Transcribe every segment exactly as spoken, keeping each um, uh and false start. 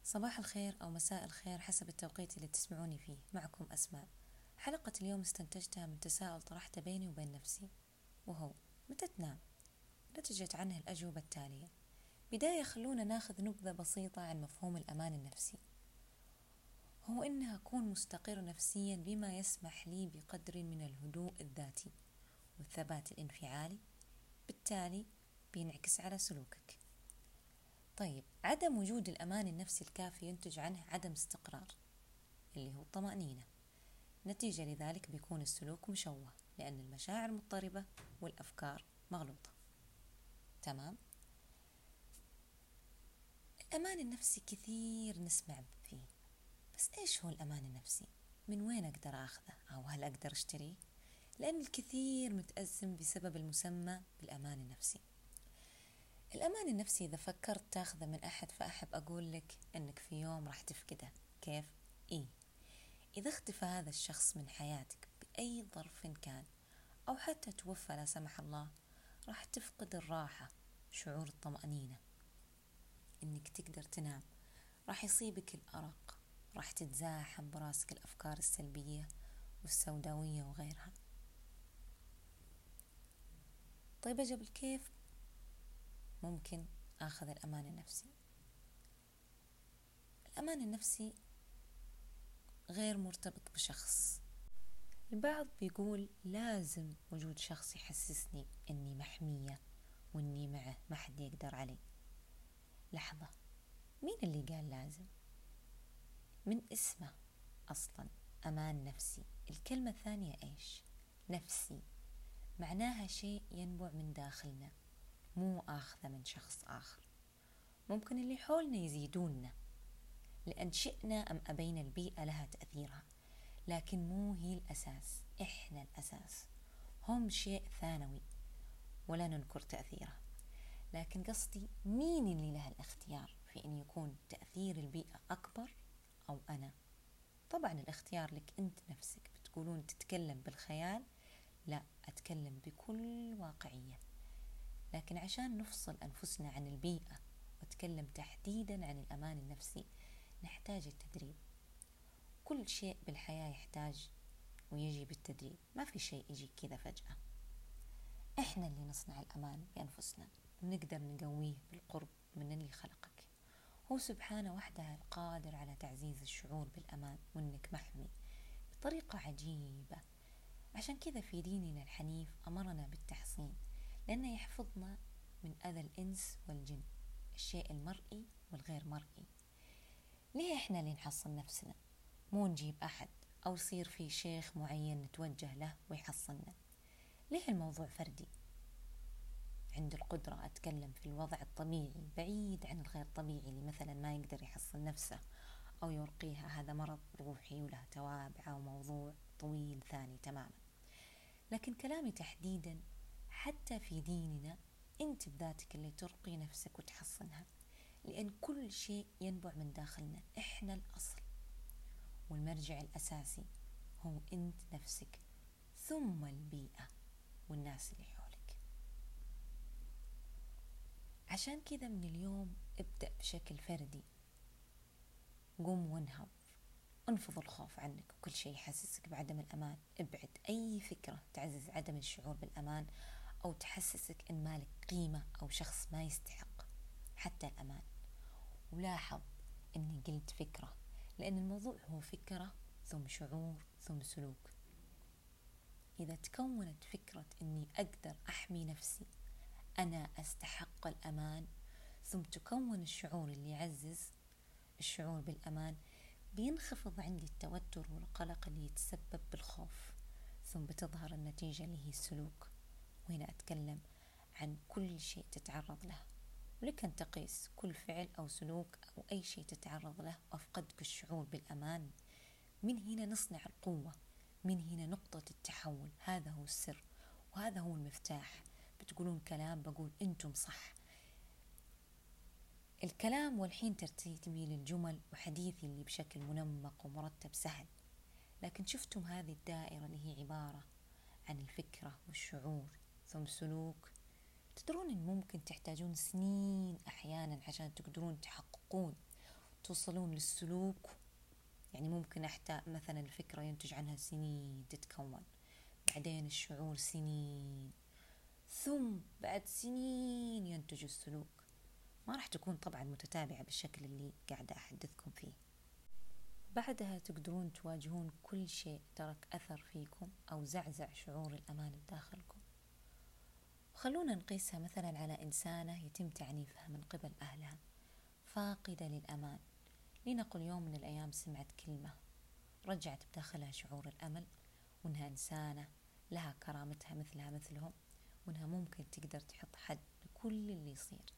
صباح الخير أو مساء الخير حسب التوقيت اللي تسمعوني فيه. معكم أسماء. حلقة اليوم استنتجتها من تساؤل طرحته بيني وبين نفسي، وهو: متى تنام؟ نتجت عنه الأجوبة التالية. بداية خلونا ناخذ نبذة بسيطة عن مفهوم الأمان النفسي. هو إنها أكون مستقر نفسيا بما يسمح لي بقدر من الهدوء الذاتي والثبات الانفعالي، بالتالي بينعكس على سلوكك. طيب، عدم وجود الأمان النفسي الكافي ينتج عنه عدم استقرار اللي هو الطمأنينة. نتيجة لذلك بيكون السلوك مشوه لأن المشاعر مضطربة والأفكار مغلوطة. تمام؟ الأمان النفسي كثير نسمع فيه، بس إيش هو الأمان النفسي؟ من وين أقدر أخذه؟ أو هل أقدر أشتريه؟ لأن الكثير متأزم بسبب المسمى بالأمان النفسي. الأمان النفسي إذا فكرت تاخذه من أحد فأحب أقول لك أنك في يوم راح تفقده. كيف؟ إيه؟ إذا اختفى هذا الشخص من حياتك بأي ظرف كان، أو حتى توفى لا سمح الله، راح تفقد الراحة، شعور الطمأنينة، إنك تقدر تنام، راح يصيبك الأرق، راح تتزاحم براسك الأفكار السلبية والسوداوية وغيرها. طيب أجل كيف ممكن أخذ الأمان النفسي؟ الأمان النفسي غير مرتبط بشخص. البعض بيقول لازم وجود شخص يحسسني أني محمية وأني معه ما حد يقدر علي. لحظة، مين اللي قال لازم؟ من اسمه أصلا أمان نفسي. الكلمة الثانية إيش؟ نفسي، معناها شيء ينبع من داخلنا، مو آخذة من شخص آخر. ممكن اللي حولنا يزيدوننا لأن شئنا أم أبينا، البيئة لها تأثيرها، لكن مو هي الأساس. إحنا الأساس، هم شيء ثانوي ولا ننكر تأثيرها. لكن قصدي مين اللي له الاختيار في أن يكون تأثير البيئة أكبر أو أنا؟ طبعا الاختيار لك أنت نفسك. بتقولون تتكلم بالخيال، لا، أتكلم بكل واقعية. لكن عشان نفصل أنفسنا عن البيئة وأتكلم تحديدا عن الأمان النفسي، نحتاج التدريب. كل شيء بالحياة يحتاج ويجي بالتدريب، ما في شيء يجي كذا فجأة. إحنا اللي نصنع الأمان بأنفسنا، ونقدر نقويه بالقرب من اللي خلقك. هو سبحانه وحده القادر على تعزيز الشعور بالأمان وإنك محمي بطريقة عجيبة. عشان كذا في ديننا الحنيف أمرنا بالتحصين، لأنه يحفظنا من أذى الإنس والجن، الشيء المرئي والغير مرئي. ليه إحنا اللي نحصن نفسنا؟ مو نجيب أحد أو يصير في شيخ معين نتوجه له ويحصلنا. ليه الموضوع فردي؟ عند القدرة أتكلم في الوضع الطبيعي بعيد عن الغير طبيعي اللي مثلا ما يقدر يحصل نفسه أو يرقيها، هذا مرض روحي وله توابع وموضوع طويل ثاني تماما. لكن كلامي تحديدا حتى في ديننا، أنت بذاتك اللي ترقي نفسك وتحصنها، لأن كل شيء ينبع من داخلنا. إحنا الأصل والمرجع الأساسي هو أنت نفسك، ثم البيئة والناس اللي حولك. عشان كذا من اليوم ابدأ بشكل فردي. قم وانهض، انفض الخوف عنك وكل شيء يحسسك بعدم الأمان. ابعد أي فكرة تعزز عدم الشعور بالأمان أو تحسسك إن مالك قيمة أو شخص ما يستحق حتى الأمان. ولاحظ إني قلت فكرة، لأن الموضوع هو فكرة ثم شعور ثم سلوك. إذا تكونت فكرة إني أقدر أحمي نفسي، أنا أستحق الأمان، ثم تكون الشعور اللي يعزز الشعور بالأمان، بينخفض عندي التوتر والقلق اللي يتسبب بالخوف، ثم بتظهر النتيجة اللي هي السلوك. وهنا أتكلم عن كل شيء تتعرض له، ولك أن تقيس كل فعل أو سلوك أو أي شيء تتعرض له وأفقدك الشعور بالأمان. من هنا نصنع القوة، من هنا نقطة التحول. هذا هو السر وهذا هو المفتاح. بتقولون كلام، بقول أنتم صح. الكلام والحين ترتيبي للجمل وحديثي اللي بشكل منمق ومرتب سهل، لكن شفتم هذه الدائرة اللي هي عبارة عن الفكرة والشعور ثم سلوك. تدرون إن ممكن تحتاجون سنين أحيانا عشان تقدرون تحققون توصلون للسلوك. يعني ممكن حتى مثلا الفكرة ينتج عنها سنين تتكون، بعدين الشعور سنين، ثم بعد سنين ينتج السلوك. ما راح تكون طبعا متتابعة بالشكل اللي قاعدة أحدثكم فيه. بعدها تقدرون تواجهون كل شيء ترك أثر فيكم أو زعزع شعور الأمان بداخلكم. خلونا نقيسها مثلا على إنسانة يتم تعنيفها من قبل أهلها، فاقدة للأمان. لنقل يوم من الأيام سمعت كلمة رجعت بداخلها شعور الأمل، وإنها إنسانة لها كرامتها مثلها مثلهم، وإنها ممكن تقدر تحط حد لكل اللي يصير.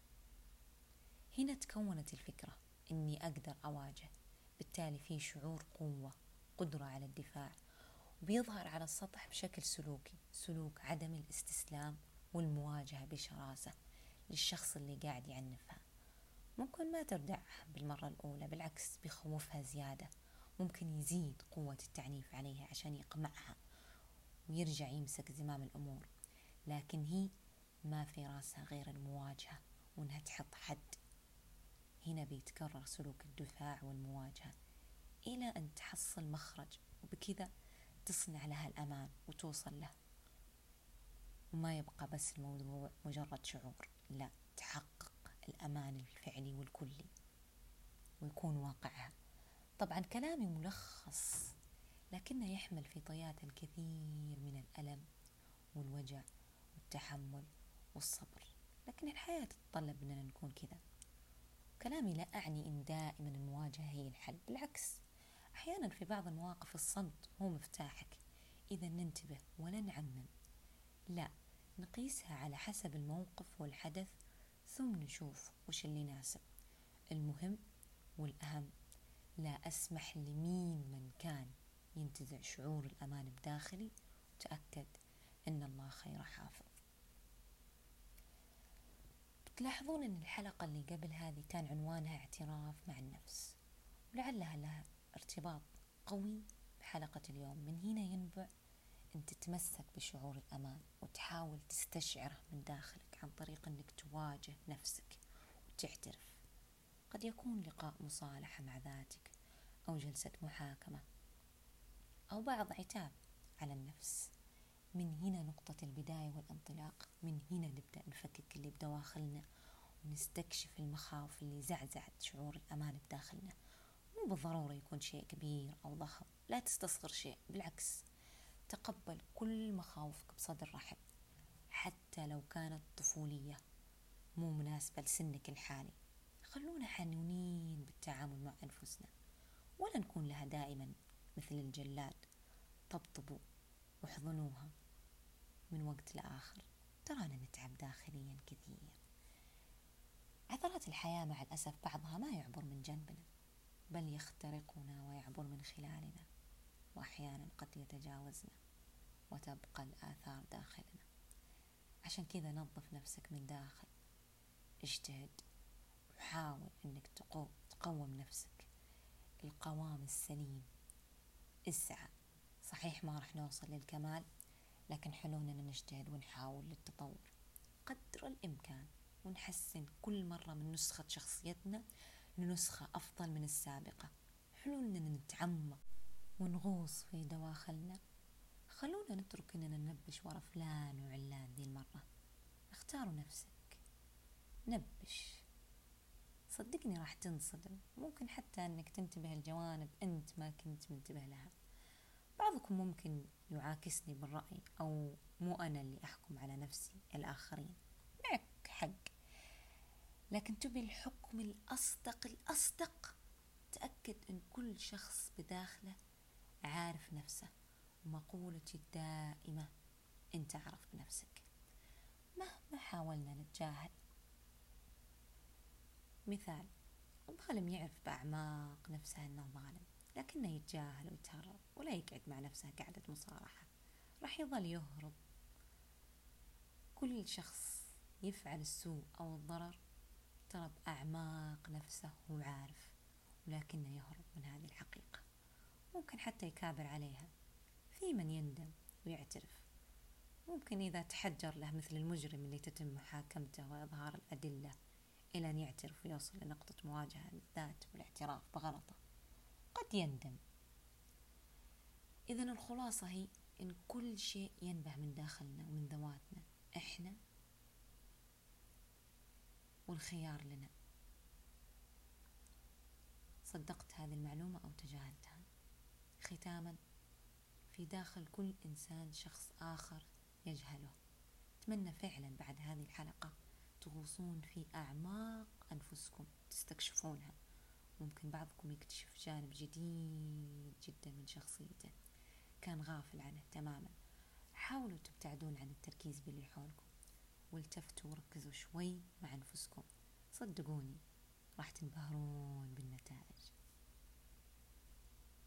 هنا تكونت الفكرة إني أقدر أواجه. بالتالي في شعور قوة، قدرة على الدفاع، وبيظهر على السطح بشكل سلوكي، سلوك عدم الاستسلام والمواجهة بشراسة للشخص اللي قاعد يعنفها. ممكن ما تردعها بالمرة الأولى، بالعكس بيخوفها زيادة. ممكن يزيد قوة التعنيف عليها عشان يقمعها ويرجع يمسك زمام الأمور، لكن هي ما في راسها غير المواجهة وإنها تحط حد. هنا بيتكرر سلوك الدفاع والمواجهة إلى أن تحصل مخرج، وبكذا تصنع لها الأمان وتوصل له. وما يبقى بس الموضوع مجرد شعور، لا، تحقق الأمان الفعلي والكلي ويكون واقعها. طبعا كلامي ملخص، لكنه يحمل في طيات الكثير من الألم والوجع والتحمل والصبر، لكن الحياة تتطلب أننا نكون كذا. كلامي لا أعني إن دائما المواجهة هي الحل، بالعكس أحيانا في بعض المواقف الصمت هو مفتاحك. إذا ننتبه ولا نعمم، لا، نقيسها على حسب الموقف والحدث، ثم نشوف وش اللي يناسب. المهم والأهم، لا أسمح لمين من كان ينتزع شعور الأمان بداخلي، وتأكد أن الله خير حافظ. بتلاحظون أن الحلقة اللي قبل هذه كان عنوانها اعتراف مع النفس، ولعلها لها ارتباط قوي بحلقة اليوم. من هنا ينبع أن تتمسك بشعور الأمان وتحاول تستشعره من داخلك عن طريق أنك تواجه نفسك وتعترف. قد يكون لقاء مصالحة مع ذاتك، أو جلسة محاكمة، أو بعض عتاب على النفس. من هنا نقطة البداية والانطلاق. من هنا نبدأ نفكك اللي بدواخلنا ونستكشف المخاوف اللي زعزعت شعور الأمان بداخلنا. مو بالضرورة يكون شيء كبير أو ضخم، لا تستصغر شيء، بالعكس تقبل كل مخاوفك بصدر رحب، حتى لو كانت طفولية مو مناسبة لسنك الحالي. خلونا حنونين بالتعامل مع أنفسنا، ولا نكون لها دائما مثل الجلاد. طبطبوا واحضنوها من وقت لآخر، ترانا نتعب داخليا كثير. عثرات الحياة مع الأسف بعضها ما يعبر من جنبنا، بل يخترقنا ويعبر من خلالنا، وأحيانا قد يتجاوزنا وتبقى الآثار داخلنا. عشان كذا نظف نفسك من داخل، اجتهد وحاول أنك تقوم نفسك القوام السليم. اسعى، صحيح ما رح نوصل للكمال، لكن حلونا نجتهد ونحاول للتطور قدر الإمكان، ونحسن كل مرة من نسخة شخصيتنا لنسخة أفضل من السابقة. حلونا نتعمق ونغوص في دواخلنا. خلونا نترك أننا ننبش ورا فلان وعلان ذي المرة. اختاروا نفسك، نبش، صدقني راح تنصدم. ممكن حتى أنك تنتبه لجوانب أنت ما كنت منتبه لها. بعضكم ممكن يعاكسني بالرأي، أو مو أنا اللي أحكم على نفسي، الآخرين معك حق، لكن تبي الحكم الأصدق الأصدق، تأكد أن كل شخص بداخله عارف نفسه. ومقولتي الدائمة، أنت عارف بنفسك. مهما حاولنا نتجاهل. مثال، الظالم يعرف بأعماق نفسه أنه ظالم، لكنه يتجاهل ويتهرب ولا يقعد مع نفسه قعدة مصارحة، راح يظل يهرب. كل شخص يفعل السوء أو الضرر ترى بأعماق نفسه هو عارف، ولكنه يهرب من هذه الحقيقة. ممكن حتى يكابر عليها. في من يندم ويعترف، ممكن إذا تحجر له مثل المجرم اللي تتم محاكمته وإظهار الأدلة إلى أن يعترف ويوصل لنقطة مواجهة للذات والاعتراف بغلطه، قد يندم. إذن الخلاصة هي إن كل شيء ينبع من داخلنا ومن ذواتنا إحنا، والخيار لنا. صدقت هذه المعلومة أو تجاهلتها؟ ختاما، في داخل كل إنسان شخص آخر يجهله. أتمنى فعلا بعد هذه الحلقة تغوصون في أعماق أنفسكم تستكشفونها. ممكن بعضكم يكتشف جانب جديد جدا من شخصيته كان غافل عنه تماما. حاولوا تبتعدون عن التركيز باللي حولكم، والتفتوا وركزوا شوي مع أنفسكم. صدقوني راح تنبهرون بالنتائج.